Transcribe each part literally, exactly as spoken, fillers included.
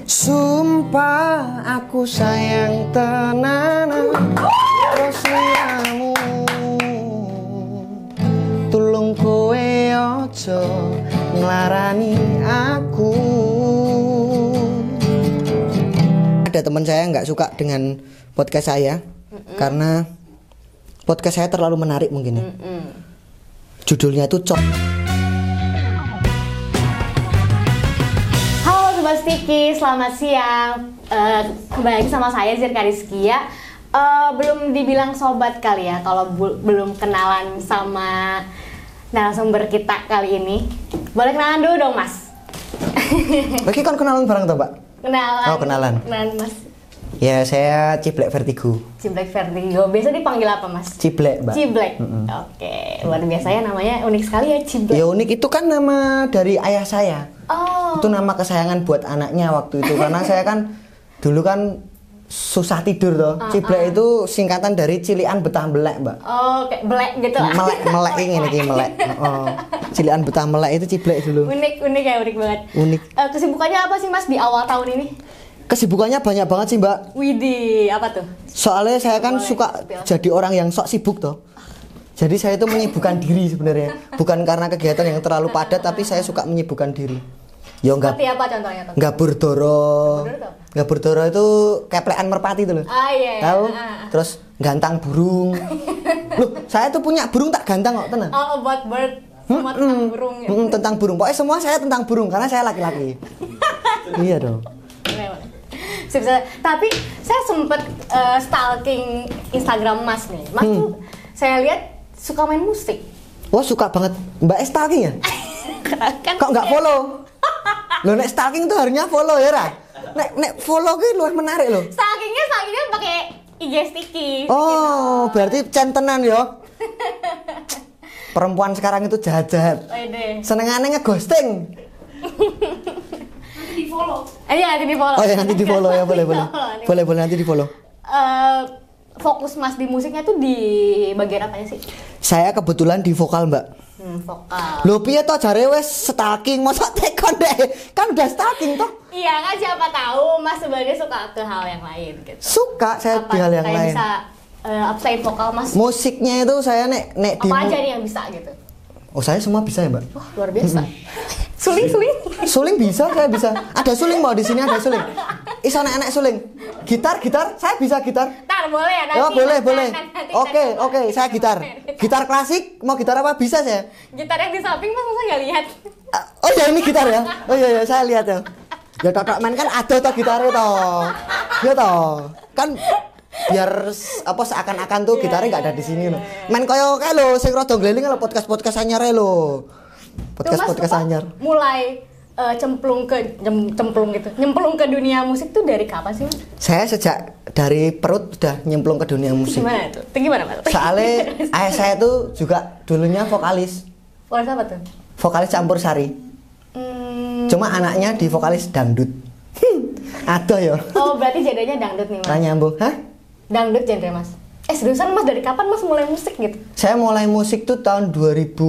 Sumpah aku sayang tenanan terus liamu. Tulung kowe ojo nglarani aku. Ada teman saya nggak suka dengan podcast saya Mm-mm. karena podcast saya terlalu menarik mungkin ya. Judulnya itu cok. Sobat Stiki, selamat siang. Uh, kembali lagi sama saya Zirka Rizkia. Uh, belum dibilang sobat kali ya kalau bu- belum kenalan sama narasumber kita kali ini. Boleh kenalan dulu dong Mas. Oke, kan kenalan bareng toh Mbak? Kenalan. Oh kenalan. Kenalan Mas. Ya saya Ciblek Vertigo. Ciblek Vertigo. Biasa dipanggil apa Mas? Ciblek Mbak. Ciblek. Mm-mm. Oke, luar biasa ya, namanya unik sekali ya Ciblek. Ya unik itu kan nama dari ayah saya. Oh. Itu nama kesayangan buat anaknya waktu itu karena saya kan dulu kan susah tidur toh. Uh, Ciblek uh. itu singkatan dari cilian betah melek Mbak. Oh, kayak belek gitu lah. Melek melek ini iki melek. Oh. Cilian betah melek itu Ciblek dulu. Unik unik ya, unik banget. Unik. Uh, kesibukannya apa sih Mas di awal tahun ini? Kesibukannya banyak banget sih Mbak. Widih, apa tuh? Soalnya saya kan Boleh, suka sepial. jadi orang yang sok sibuk toh. Jadi saya itu menyibukkan diri sebenarnya. Bukan karena kegiatan yang terlalu padat, tapi saya suka menyibukkan diri. Ya enggak. Seperti apa contohnya tuh? Gabur doro. Gabur doro itu keplekan merpati itu loh. Ah iya. Tahu? Ah. Terus gantang burung. Loh, saya tuh punya burung tak gantang kok, tenang. Oh, about bird. Semua hmm, tentang burung ya. Hmm, tentang burung. Pokoknya semua saya tentang burung karena saya laki-laki. Iya dong. Tapi saya sempet uh, stalking Instagram Mas nih. Mas hmm. tuh saya lihat suka main musik. Wah, suka banget. Mbak stalking ya? kan Kok nggak follow? Loh, nek stalking tuh harusnya follow ya, Ra? Nek nek follow ki luwih menarik loh. Stalkingnya stalkingnya pakai I G Sticky. Oh, gitu. Berarti centenan yo. Perempuan sekarang itu jahat-jahat. Senengane ngeghosting. Di follow. Eh ya nanti di follow. Oh ya nanti di follow ya boleh boleh. Boleh boleh nanti di follow. Uh, fokus Mas di musiknya tuh di bagian apanya sih? Saya kebetulan di vokal Mbak. Hmm, vokal. Loh piye toh jare wes stalking masa tekon deh. Kan udah stalking toh. Iya kan siapa tahu Mas sebenarnya suka ke hal yang lain gitu. Suka saya apa, di hal yang lain. Bisa uh, upside vokal Mas. Musiknya itu saya nek nek di apa mu- aja nih yang bisa gitu. Oh saya semua bisa ya Mbak. Wah luar biasa. Suling suling. Suling bisa saya bisa. Ada suling mau di sini ada suling. Iso enak suling. Gitar gitar saya bisa gitar. Ntar boleh ya nanti. Oh boleh nanti, boleh. Nanti, oke oke saya gitar. Gitar klasik mau gitar apa bisa saya. Gitar yang di samping Mas masa nggak lihat? Uh, oh ya ini gitar ya. Oh iya ya saya lihat ya. Ya Tok main kan ada toh gitarnya toh. Ya toh. Kan biar apa seakan-akan tuh gitarnya nggak ada di sini loh. Main koyo kayak lo sing rada gleleng lo podcast-podcast anyar lo. Podcast-podcast anyar. Mulai uh, cemplung ke jem, cemplung gitu. Nyemplung ke dunia musik tuh dari kapan sih, Mas? Saya sejak dari perut udah nyemplung ke dunia musik. Gimana tuh? Itu gimana, Mas? Soalnya ayah saya tuh juga dulunya vokalis. Vokalis apa tuh? Vokalis campur sari. Hmm. Cuma anaknya di vokalis dangdut. Ada ya. Oh, berarti jadinya dangdut nih, Mas. Nah, nyambung. Hah? Dangdut genre Mas. Eh seriusan Mas dari kapan Mas mulai musik gitu? Saya mulai musik tuh tahun dua ribu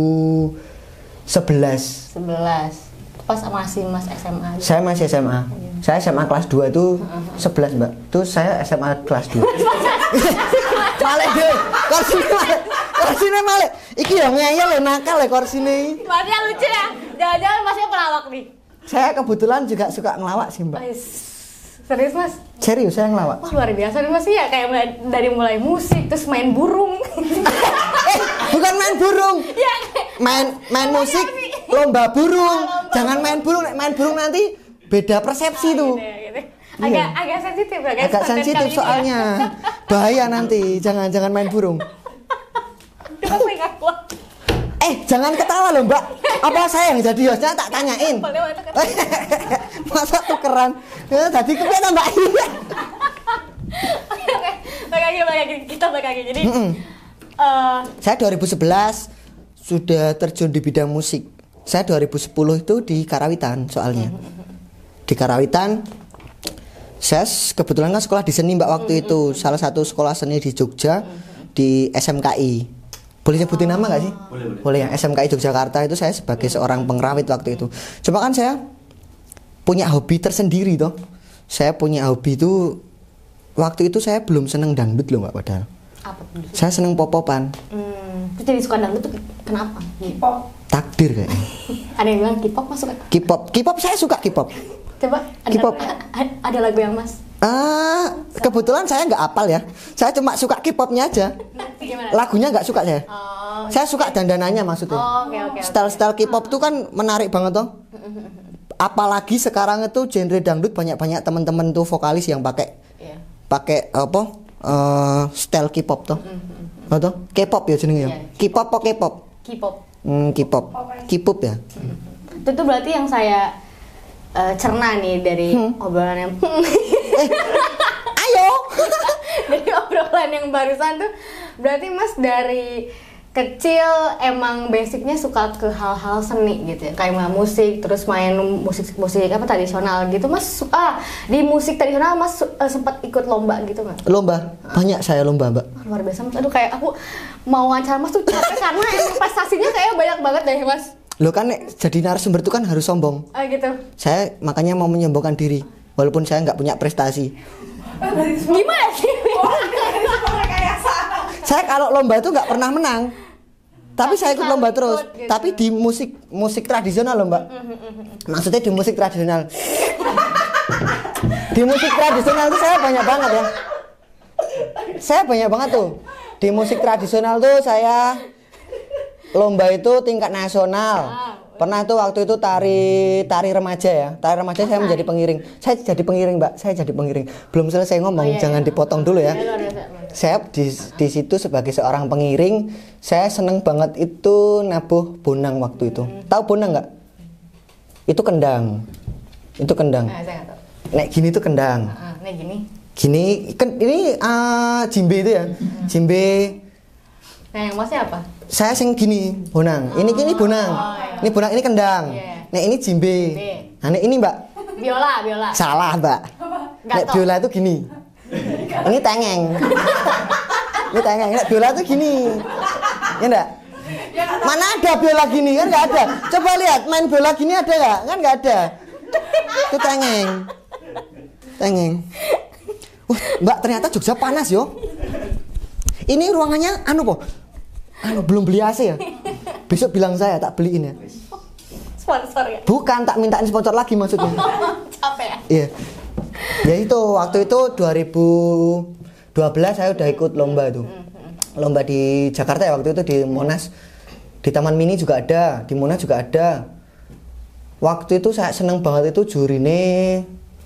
sebelas. sebelas. Pas masih Mas S M A. Gitu. Saya masih S M A. Iya. Saya S M A kelas dua itu sebelas, Mbak. Tuh saya S M A kelas dua. Malek deh. Korsine malek. Korsine malek. Iki ya ngeyel ya nakal ya korsine. Masnya lucu ya. Jangan-jangan Masnya pelawak nih. Saya kebetulan juga suka ngelawak sih, Mbak. Serius Mas? Serius saya ngelawak. Wah luar biasa nih Mas ya, kayak mulai, dari mulai musik terus main burung. eh, bukan main burung. Ya, main main musik lomba burung. Lomba Jangan main burung, main burung nanti beda persepsi ah, tuh. Gitu, gitu. Agak iya. agak sensitif agak, agak sensitif soalnya. Ya. Bahaya nanti. Jangan jangan main burung. Aduh, enggak kuat. Eh, jangan ketawa loh, Mbak. Apa saya yang jadi hostnya tak tanyain. Masa tukeran? Ya, tadi kepiye Mbak? Oke, oke. Bagi bagi kita bagi. Jadi mm -mm. Uh, saya dua ribu sebelas sudah terjun di bidang musik. Saya dua ribu sepuluh itu di Karawitan soalnya. Di Karawitan saya kebetulan kan sekolah di seni Mbak waktu itu. Salah satu sekolah seni di Jogja di S M K I. Boleh sebutin nama nggak sih? Boleh, boleh. Boleh ya. S M K I Yogyakarta itu saya sebagai seorang pengrawit waktu itu. Cuma kan saya punya hobi tersendiri toh. Saya punya hobi itu waktu itu saya belum seneng dangdut loh Mbak padahal. Apa tuh? Saya seneng pop-popan. Hmm, terus jadi suka dangdut tuh kenapa? K-pop. Takdir kayaknya. Ada yang bilang K-pop masuk kan? K-pop, K-pop saya suka K-pop. Coba ada, K-pop. ada, ada lagu yang mas? Ah, kebetulan saya nggak apal ya. Saya cuma suka K-popnya aja. Gimana? Lagunya nggak suka saya. Oh, Saya suka dandanannya maksudnya. oh, oke oke. oke. Style-style K-pop tuh kan menarik banget toh. Apalagi sekarang itu genre dangdut banyak-banyak teman-teman tuh vokalis yang pakai Iya. pakai apa? eh, style K-pop toh. Oh, toh? K-pop ya jenenge ya. Iya. K-pop apa K-pop? K-pop. Hmm, K-pop. K-pop ya. Itu tuh berarti yang saya eh, cerna nih dari obrolan yang Eh, ayo. dari obrolan yang barusan tuh berarti mas dari kecil emang basicnya suka ke hal-hal seni gitu ya, kayak main musik terus main musik musik apa tradisional gitu mas. su- ah di musik tradisional mas su- eh, sempat ikut lomba gitu nggak? Lomba. Banyak saya lomba, Mbak. Wah, luar biasa mas. Aduh kayak aku mau wawancara mas tuh capek karena emang prestasinya kayak banyak banget deh mas. Lo kan nek jadi narasumber itu kan harus sombong. Ah gitu. Saya makanya mau menyombongkan diri walaupun saya nggak punya prestasi. Gimana sih? Saya kalau lomba itu nggak pernah menang. Tapi Tapi saya ikut selalu lomba terus. ikut, gitu. Tapi di musik musik tradisional loh, Mbak. Maksudnya di musik tradisional. Di musik tradisional itu saya banyak banget ya. Saya banyak banget tuh. Di musik tradisional tuh saya lomba itu tingkat nasional. Pernah tuh waktu itu tari tari remaja ya. Tari remaja saya menjadi pengiring. Saya jadi pengiring, Mbak. Saya jadi pengiring. Belum selesai ngomong, Oh, iya, jangan iya. dipotong dulu ya. Ya, luar biasa. Saya di di situ sebagai seorang pengiring, saya seneng banget itu nabuh bonang waktu itu. Tahu bonang nggak? Itu kendang. Itu kendang. Nah, saya nggak tahu. Nek gini tuh kendang. Ah, nih gini. Gini kan ini ah, jimbe itu ya. Jimbe. Nah, yang masnya apa? Saya sing gini bonang. Ini ini bonang. Ini bonang, ini kendang. Iya. Nek ini jimbe. Jimbe. Nah, nek ini Mbak. Biola, biola. Salah, Mbak. Nggak Nek tahu. biola itu gini. Ini tengeng. Ini tengeng. Nek biola itu gini. Ya enggak? Mana ada biola gini? Kan enggak ada. Coba lihat main biola gini ada enggak? Kan enggak ada. Itu tengeng. Tengeng. Wah, Mbak ternyata Jogja panas yo. Ini ruangannya anu po? Anu belum beli A C ya? Besok bilang saya tak beliin ya. Sponsor ya. Bukan, tak mintain sponsor lagi maksudnya. Capek ya. Iya. Ya itu waktu itu dua ribu dua belas saya udah ikut lomba tuh. Lomba di Jakarta ya waktu itu di Monas. Di Taman Mini juga ada, di Monas juga ada. Waktu itu saya seneng banget itu jurine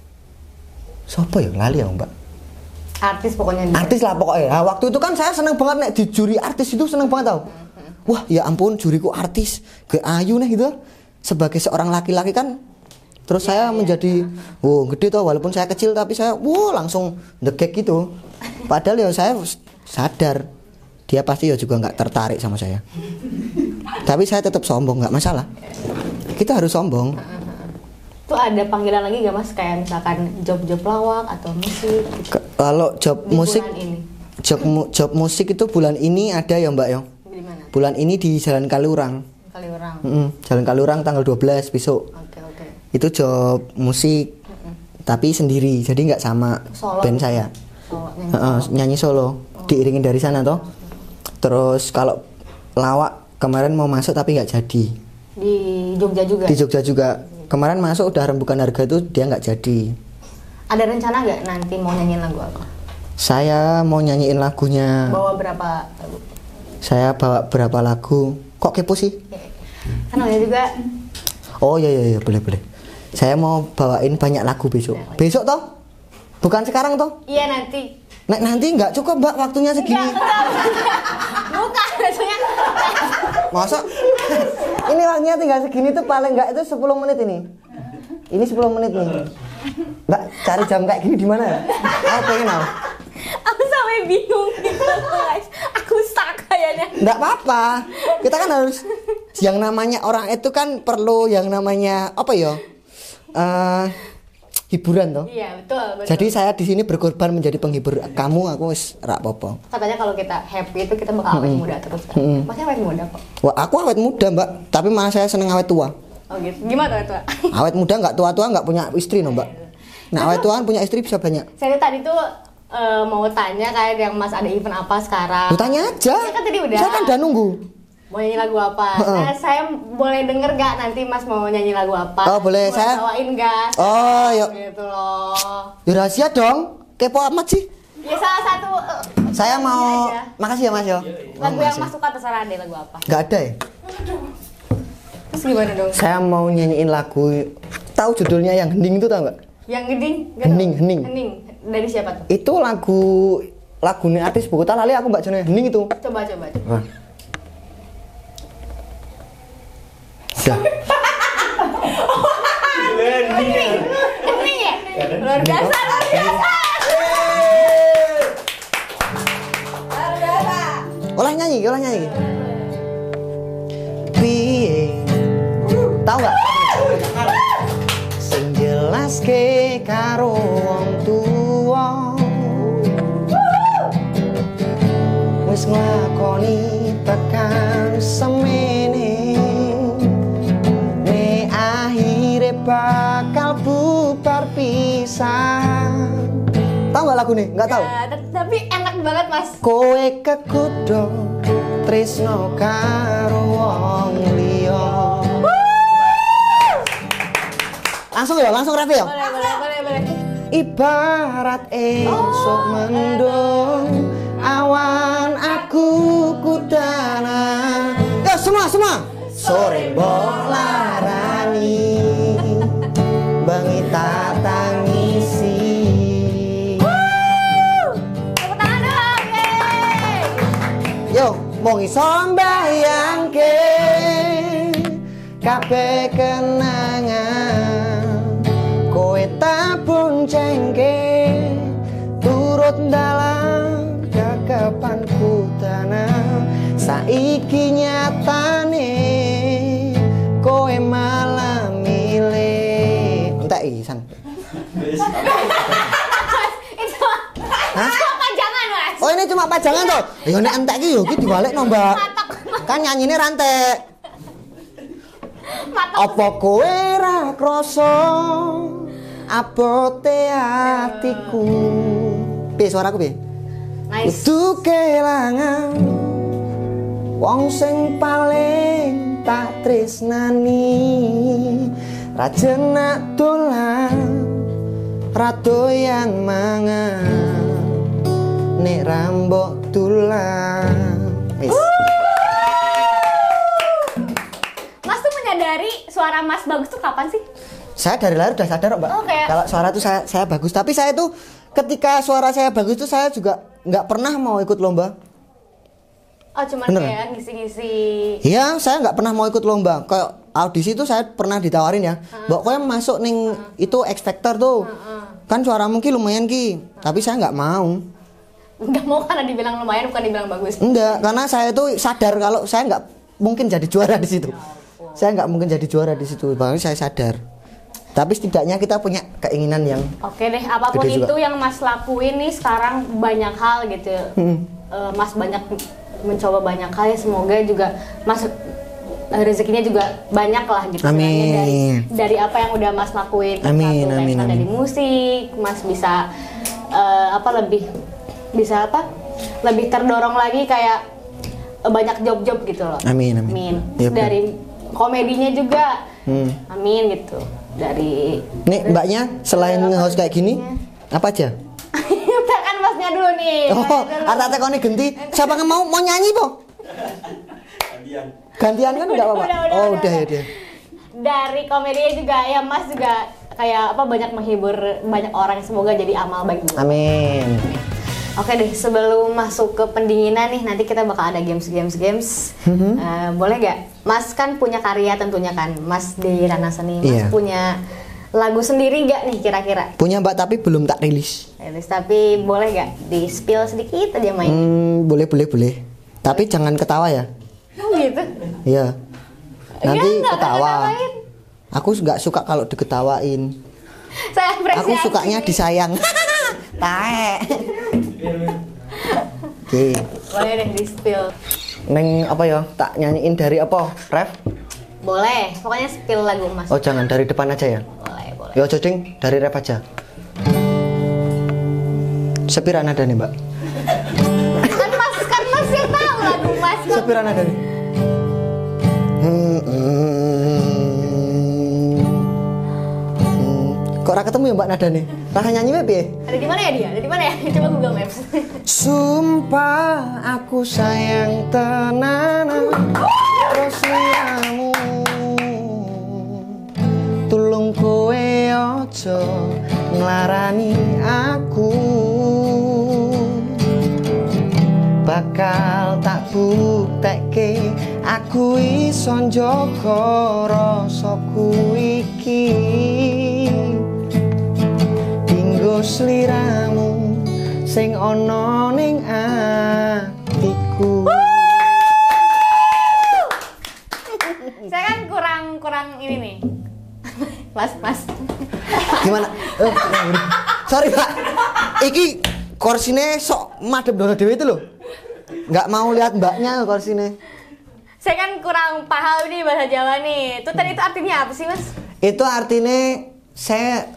siapa ya lali ya, Mbak. Artis pokoknya dia. Artis lah pokoknya. Nah, waktu itu kan saya seneng banget nek di juri artis itu seneng banget tau. Wah, ya ampun juriku artis, ke ayu nih gitu. Sebagai seorang laki-laki kan terus saya menjadi wow gede tuh walaupun saya kecil tapi saya wow langsung degek gitu. Padahal ya saya sadar dia pasti ya juga nggak tertarik sama saya. Tapi saya tetap sombong, nggak masalah. Kita harus sombong. Tuh ada panggilan lagi gak mas? Kayak misalkan job-job lawak atau musik gitu. Ke- Kalau job Di musik bulan ini. job mu- job musik itu bulan ini ada ya Mbak ya. Di mana? Bulan ini di Jalan Kaliurang. Kali orang. Mm-mm, Jalan Kaliurang tanggal dua belas besok. Oke oke. Itu job musik. Tapi sendiri, jadi nggak sama Solo. band saya. Solo nyanyi. Heeh, nyanyi solo, diiringin dari sana toh. Terus kalau lawak kemarin mau masuk tapi nggak jadi. Di Jogja juga. Di Jogja juga. Kemarin masuk udah rembukan harga itu dia nggak jadi. Ada rencana gak nanti mau nyanyiin lagu apa? Saya mau nyanyiin lagunya. Bawa berapa lagu? Saya bawa berapa lagu. Kok kepo sih? Kan ada juga. Oh iya iya, iya boleh boleh. Saya mau bawain banyak lagu besok. Besok toh? Bukan sekarang toh? Iya nanti. Nek nanti nggak cukup Mbak waktunya segini. Enggak, enggak. Bukan maksudnya. Masa? Ini waktunya tinggal segini tuh paling nggak itu sepuluh menit ini. Ini sepuluh menit nih. Mbak cari jam kayak gini di mana ya? Aku pengen tahu. Aku sampai bingung gitu guys. Aku stuck kayaknya. Nggak apa-apa. Kita kan harus yang namanya orang itu kan perlu yang namanya apa ya? Eh, hiburan toh. Iya betul. betul. Jadi saya di sini berkorban menjadi penghibur kamu. Aku wis rak popo. Katanya kalau kita happy itu kita bakal awet muda terus kan. Masnya awet muda kok. Wah aku awet muda Mbak, tapi malah saya seneng awet tua. Oh gitu. Gimana tuh? Awet muda nggak tua-tua nggak punya istri no mbak. Nah awet tua kan punya istri bisa banyak. Saya tadi tuh uh, mau tanya kayak yang Mas ada event apa sekarang? Lu tanya aja. Saya kan tadi udah. Saya kan udah nunggu. Mau nyanyi lagu apa? Nah, saya boleh denger gak nanti Mas mau nyanyi lagu apa? Oh boleh, boleh saya. bawain gak? Oh yuk. Gitu loh. Ya, rahasia dong. Kepo amat sih. Ya salah satu. Uh, saya mau. aja. Makasih ya Mas yo. Lagu oh, yang Mas suka terserah deh lagu apa? Gak ada ya. Terus gimana dong? Saya mau nyanyiin lagu. Tahu judulnya yang hening itu tau nggak? Yang geding? Hening, hening. Hening. Dari siapa tuh? Itu lagu lagunya artis buku lali aku mbak Jone hening itu. Coba coba. coba. Wah. Ya. Hening. Hening ya? Luar biasa, luar biasa. Olah nyanyi, olah nyanyi. Piye? Tahu nggak? Sing jelas ke karo wong tuwa. Wis nglakoni tekan semene. Ne akhire bakal bubar pisan. Tahu nggak lagu nih? Nggak tahu. Ya, tapi enak banget Mas. Kowe kekudo tresno karo wong liya. Langsung ya, langsung ref ya. Boleh, boleh, boleh, boleh. Ibarat esok Oh, mendung awan aku kudana. Ya semua semua. Sore bolarani bengi tak tangisi. Tepuk tangan dong. Yeay. Yo, mau iso mbayangke kabeh kenangan kowe tak boncengke turut dalam kekepanku tanam saiki nyatane kowe malah milih entek iki san. Itu. Hah? Itu pajangan Mas. Oh ini cuma pajangan toh? Ya nek entek iki yo iki diwalek no Mbak. Kan nyanyine rantek. Matok. Apa kowe ra krasa abote atiku? Piye suaraku piye? Nice. Kudu kelangan wong sing paling tak tresnani. Rajena dolan ra doyan mangan nek rambok tulang. Wis. Mas tuh menyadari suara Mas bagus tuh kapan sih? Saya dari lahir udah sadar Mbak. Oh, kayak- Kalau suara tuh saya saya bagus, tapi saya tuh ketika suara saya bagus tuh saya juga nggak pernah mau ikut lomba. Oh cuman Bener. kayak ngisi-ngisi. Iya, saya nggak pernah mau ikut lomba. Kayak audisi tuh saya pernah ditawarin ya. Mbak kowe masuk ning itu X Factor tuh. Kan suara mungkin lumayan ki, tapi saya nggak mau. Nggak mau karena dibilang lumayan bukan dibilang bagus. Enggak, karena saya tuh sadar kalau saya nggak mungkin jadi juara di situ. Saya nggak mungkin jadi juara di situ, makanya saya sadar. Tapi setidaknya kita punya keinginan yang Oke deh, apapun Gede juga. itu yang Mas lakuin nih sekarang banyak hal gitu. Hmm. Eh, Mas banyak mencoba banyak hal ya, semoga juga Mas eh, rezekinya juga banyak lah gitu. Amin. Sebenarnya dari dari apa yang udah Mas lakuin. Amin, Satu, amin, dari amin. musik, Mas bisa eh, apa lebih bisa apa? Lebih terdorong lagi kayak eh, banyak job-job gitu loh. Amin, amin. Amin. Iya, Dari komedinya juga. Hmm. Amin gitu. Dari Nih mbaknya selain nge-host kayak gini apa aja? tekan Masnya dulu nih. Oh, Masnya dulu. arta tekone genti. Siapa yang mau mau nyanyi po? Gantian. Gantian kan enggak apa-apa. Udah, udah, Oh, udah, udah ya udah. dia. Dari komedinya juga ya Mas juga kayak apa banyak menghibur banyak orang, semoga jadi amal baik juga. Amin. Oke deh, sebelum masuk ke pendinginan nih, nanti kita bakal ada games games games. Mhm. Eh, boleh gak? Mas kan punya karya tentunya kan, Mas di ranah seni. Mas Iya. punya lagu sendiri gak nih kira-kira? Punya Mbak tapi belum tak rilis. Rilis, tapi boleh gak di spill sedikit aja main? Hmm, boleh boleh boleh. Tapi jangan ketawa ya. Oh gitu? Iya. Nanti Ya, nggak ketawa. ketawain. Aku nggak suka kalau diketawain. Saya apresiasi. Aku sukanya disayang. Tae. Oke. Boleh deh di spill. Neng apa ya? Tak nyanyiin dari apa? Ref? Boleh, pokoknya spill lagu Mas. Oh jangan, dari depan aja ya. Boleh, boleh. Yo cocing, dari rap aja. Sepiran ada nih mbak. Kan Mas, kan Mas yang tahu lagu Mas. Sepiran ada nih. Hmm, hmm, hmm. Kok ora ketemu ya mbak nada nih? Rasa nyanyi mbak piye? Ada di mana ya dia? Ada di mana ya? Coba Google Maps. Sumpah aku sayang tenanan terus liamu tulung kowe ojo nglarani aku bakal tak buktekke aku iso njaga rasaku iki dinggo sliramu sing ana ning atiku. Saya kan kurang kurang ini nih. Mas, Mas. Gimana? Oh, sorry Pak. Iki korsine sok madhep dono dhewe itu loh. Nggak mau lihat mbaknya korsine. Saya kan kurang paham nih bahasa Jawa nih. Itu tadi itu artinya apa sih Mas? Itu artinya saya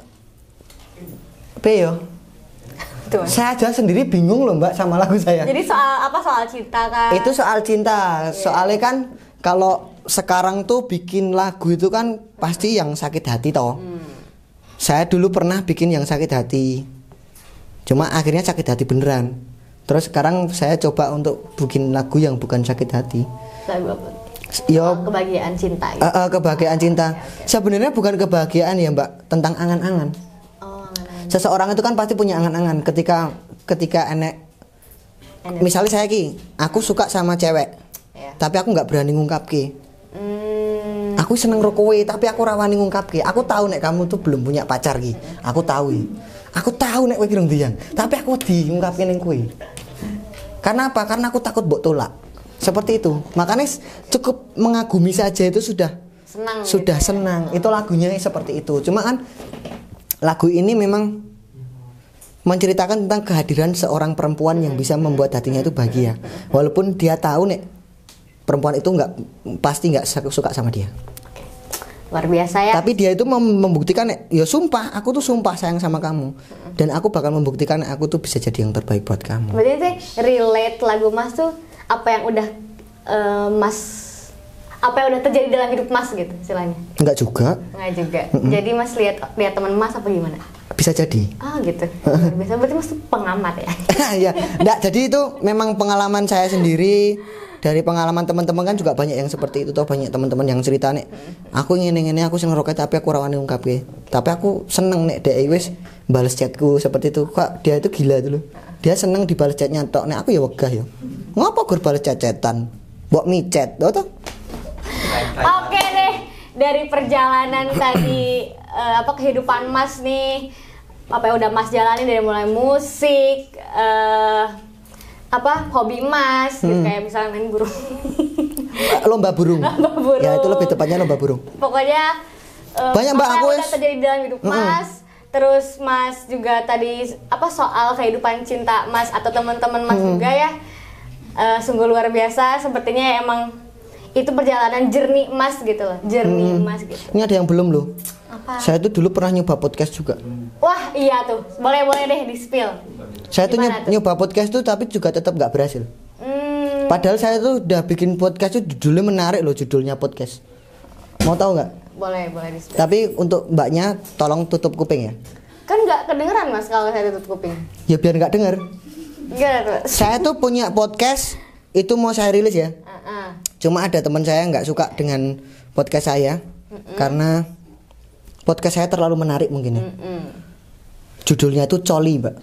apa yo? Tuh. Saya aja sendiri bingung loh mbak sama lagu saya. Jadi soal apa soal cinta kan? Itu soal cinta. Soalnya kan kalau sekarang tuh bikin lagu itu kan pasti yang sakit hati toh. Hmm. Saya dulu pernah bikin yang sakit hati. Cuma akhirnya sakit hati beneran. Terus sekarang saya coba untuk bikin lagu yang bukan sakit hati. Lagu apa? Yo, kebahagiaan cinta gitu. Uh, uh, kebahagiaan cinta. Okay, okay. Sebenarnya bukan kebahagiaan ya mbak, tentang angan-angan. Oh, angan-angan. Seseorang itu kan pasti punya angan-angan. Ketika ketika enek, enek. Misalnya saya ki, aku suka sama cewek, yeah. Tapi aku nggak berani ngungkap ki. Mm. Aku seneng rokowe, tapi aku rawani ngungkap ki. Aku tahu nek kamu tuh belum punya pacar ki. Aku tahu. Aku tahu nek kowe ki ndiyang, tapi aku di ngungkapin ning kowe. Karena apa? Karena aku takut mbok tolak. Seperti itu. Makanya cukup mengagumi saja itu sudah senang. Sudah gitu senang. Ya. Itu lagunya seperti itu. Cuma kan lagu ini memang menceritakan tentang kehadiran seorang perempuan yang bisa membuat hatinya itu bahagia. Walaupun dia tahu nek perempuan itu nggak pasti nggak suka sama dia. Luar biasa ya. Tapi dia itu mem- membuktikan nek, ya sumpah, aku tuh sumpah sayang sama kamu. Dan aku bakal membuktikan nek aku tuh bisa jadi yang terbaik buat kamu. Berarti sih relate lagu Mas tuh apa yang udah uh, Mas apa yang udah terjadi dalam hidup Mas gitu istilahnya? Enggak juga. Enggak juga. Mm-mm. Jadi Mas lihat lihat teman Mas apa gimana? Bisa jadi. Oh gitu. Biasa berarti Mas tuh pengamat ya. Ya, enggak, jadi itu memang pengalaman saya sendiri. Dari pengalaman teman-teman kan juga banyak yang seperti itu toh, banyak teman-teman yang cerita nek aku ngene-ngene aku seneng roket tapi aku rawani ungkapke. Tapi aku seneng nek dhek wis bales chatku seperti itu. Kok dia itu gila itu loh. Dia seneng dibales chatnya tok. Nek aku ya wegah ya. Ngopo gur bales chat-chatan? Mbok micet toh. Oke deh, dari perjalanan tadi uh, apa kehidupan Mas nih, apa yang udah Mas jalani dari mulai musik, uh, apa hobi Mas, hmm. gitu, kayak misalnya main burung, lomba burung. lomba burung. Ya itu lebih tepatnya lomba burung. Pokoknya uh, banyak mbak aku udah terjadi dalam hidup mm-hmm. Mas. Terus Mas juga tadi apa soal kehidupan cinta Mas atau teman-teman Mas hmm. juga ya, uh, sungguh luar biasa. Sepertinya emang itu perjalanan journey Mas gitu loh, journey hmm. Mas gitu. Ini ada yang belum loh. Apa? Saya tuh dulu pernah nyoba podcast juga. Wah iya tuh, boleh-boleh deh di spill. Saya tuh nyoba, nyoba podcast tuh tapi juga tetap nggak berhasil. Hmm. Padahal saya tuh udah bikin podcast tuh judulnya menarik loh, judulnya podcast. Mau tahu nggak? Boleh, boleh di spill. Tapi untuk mbaknya tolong tutup kuping ya. Kan nggak kedengeran Mas kalau saya tutup kuping. Ya biar nggak denger. Gimana tuh? Saya tuh punya podcast itu mau saya rilis ya. Uh-uh. Cuma ada teman saya nggak suka dengan podcast saya uh-uh. karena podcast saya terlalu menarik mungkin ya. Uh-uh. Judulnya tuh Coli, Mbak.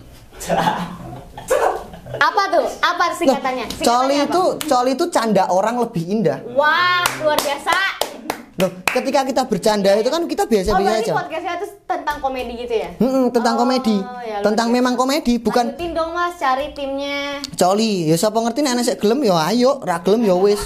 Apa tuh? Apa singkatannya? Loh, Coli itu Coli itu canda orang lebih indah. Wah, luar biasa. Loh, ketika kita bercanda itu kan kita biasa-biasa oh, aja. Oh, podcastnya itu tentang komedi gitu ya? Hmm, tentang oh, komedi. Ya, tentang biasa. Memang komedi, bukan. Lanjutin dong Mas, cari timnya. Coli, ya siapa ngerti nek sik gelem ya ayo, ra gelem ya wis.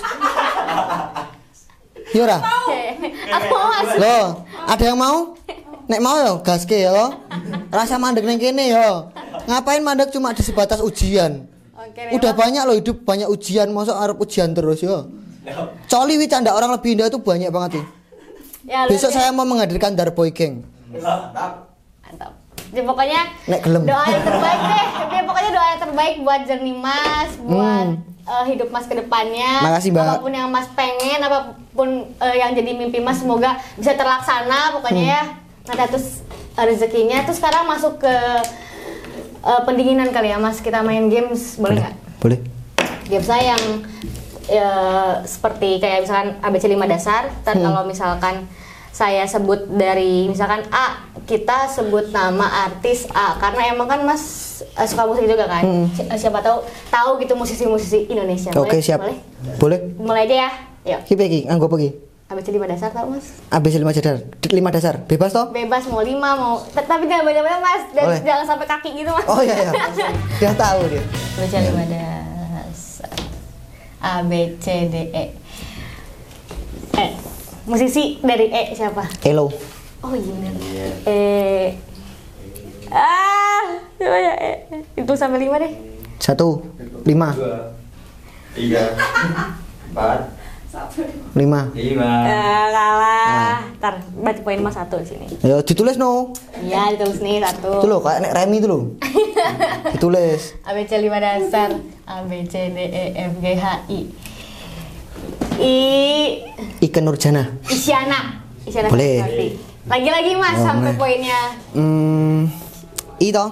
Yo ra. Aku mau Mas. Loh, ada yang mau? Nek mau ya gaske ya. Rasa mandek ning kene ya. Ngapain mandek cuma di sebatas ujian? Oke, udah banyak loh hidup banyak ujian, masa arep ujian terus ya. Coli Wicanda orang lebih indah itu banyak banget sih. Ya, Besok luar saya mau menghadirkan Darboy Gang. Mantap. Mantap. Ya, pokoknya Nek gelem. doa yang terbaik deh. Ya, pokoknya doa yang terbaik buat Journey Mas, buat Hmm. uh, hidup Mas ke depannya. Makasih, Mbak. Apapun yang Mas pengen, apapun uh, yang jadi mimpi Mas semoga bisa terlaksana pokoknya ya. Ada terus uh, rezekinya. Terus sekarang masuk ke uh, pendinginan kali ya Mas. Kita main games boleh nggak? Boleh. Games saya yang ya, seperti kayak misalkan A B C lima dasar. Ntar Hmm. kalau misalkan saya sebut dari misalkan A, kita sebut nama artis A karena emang kan Mas eh, suka musik juga kan. Hmm. Si- eh, Siapa tahu tahu gitu musisi-musisi Indonesia. Oke, Boleh? siap. Boleh? Boleh. Mulai aja ya. Yuk. Ki pegi, anggo pegi. A B C lima dasar tahu Mas? A B C lima dasar. lima dasar. Bebas toh? Bebas mau lima mau T- tapi jangan banyak-banyak Mas. Dan Boleh. jangan sampai kaki gitu Mas. Oh iya iya. Dia tahu dia. A B C lima dasar. A B C D E. Eh, musisi dari E siapa? Elo. Oh iya benar. Eh, ah, coba ya. Eh. Itu sampai lima deh. Satu. Lima. Dua. Tiga. Empat. Lima. Lima. Eh, kalah. Ntar baca poin Mas satu di sini. Ayo ditulis no. Iya ditulis nih satu. Itu loh kayak nek remi itu loh. Ditulis. A B C lima dasar. A B C D E F G H I. I Ike Nurjana. Isyana. Isyana Boleh. Saraswati. Lagi-lagi Mas Oh, sampai boleh. poinnya. Hmm. I toh.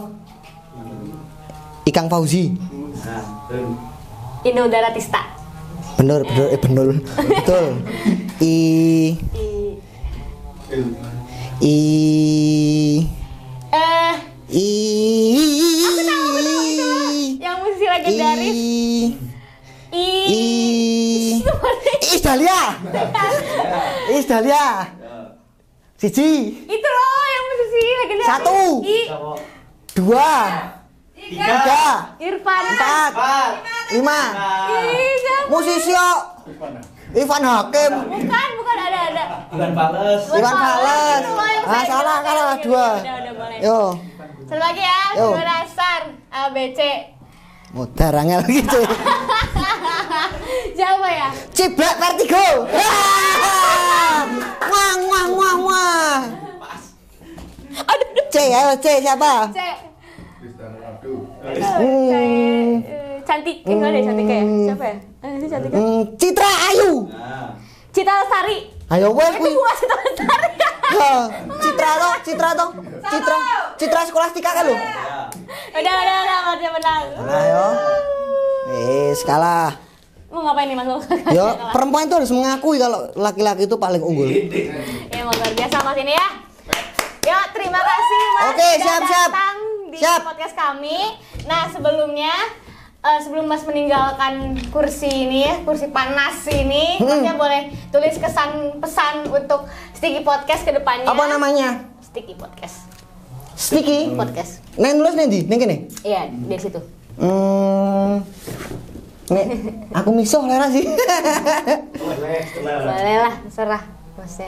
Ikang Fauzi. Nah, tuh. Inul Daratista. Bener, bener, eh bener. Betul. I I Tuh. I eh I yang musisi legendaris. I I I Is Dahlia. Is Dahlia. Siji. Itu loh yang musisi legendaris. Satu. I Dua. Tiga. Irfan. Empat. Empat. Lima. Ih, siapa? Musisi yo. Ivan Hakim. Bukan, bukan ada ada. Iwan Fales. Iwan Fales. Itu loh yang Ah, saya salah, bilang. kalah, Oke, dua. Udah, udah boleh. Yo. Satu lagi ya, Yo. dua dasar A B C. Mutar angel gitu. Siapa ya? Ciblak Vertigo. Wah, wah, wah, wah. Aduh, aduh. C, ayo C siapa? C. Hmm. C. eh, Cantik, enggak ada cantik ya? Siapa ya? Eh, itu cantik kan? Hmm, Citra Ayu. Nah. Cita Lestari. Ayo wes Itu kuwi. bukan Cita Lestari. Ha, Citra toh, Citra toh. Citra, Citra Skolastika kan lo. Udah, udah, udah, Mas menang. Ayo. Eh, kalah. Mau ngapain nih Mas? Yo, perempuan itu harus mengakui kalau laki-laki itu paling unggul. Ya, mau luar biasa Mas ini ya. Ya, terima kasih Mas. Oke, sudah siap, siap. datang di Siap. podcast kami. Nah, sebelumnya eh, sebelum Mas meninggalkan kursi ini ya, kursi panas ini, Hmm. Masnya boleh tulis kesan pesan untuk Sticky Podcast ke depannya. Apa namanya? Sticky Podcast. Sticky. Podcast. Neng nulis nanti, neng kene. Iya, di situ. Hmm. Nek, aku misuh lera sih. Boleh, kenal. Boleh lah, serah Masnya.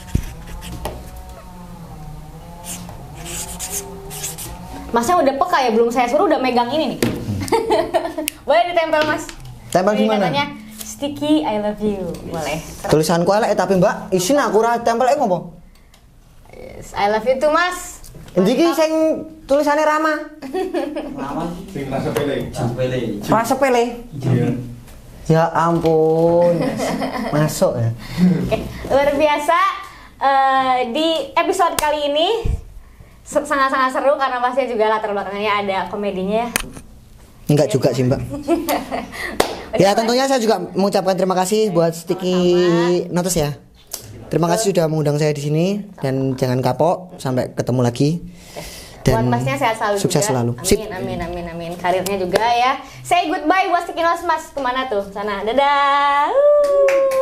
Masnya udah peka ya, belum saya suruh udah megang ini nih. Boleh ditempel Mas. Tempel Jadi di mana? katanya Sticky I love you. Boleh. Tulisanku elek tapi Mbak, isin aku ora tempel e ngopo? Yes, I love you too Mas. Endi ki sing tulisannya Rama? Lama. Sing rasa pele. Sepele. Ora sepele. Iya. Ya ampun. Masuk ya. Oke, luar biasa. Eh, di episode kali ini se- sangat-sangat seru karena pastinya juga latar belakangnya ada komedinya ya. Enggak juga sih Mbak. Ya tentunya saya juga mengucapkan terima kasih buat Sticky Notes ya. Terima kasih sudah mengundang saya di sini dan jangan kapok sampai ketemu lagi. Buat Masnya sehat selalu sukses juga. selalu. Amin, Sip. amin, amin, amin. Karirnya juga ya. Say goodbye buat Sticky Notes Mas. Kemana tuh? Sana. Dadah. Uh.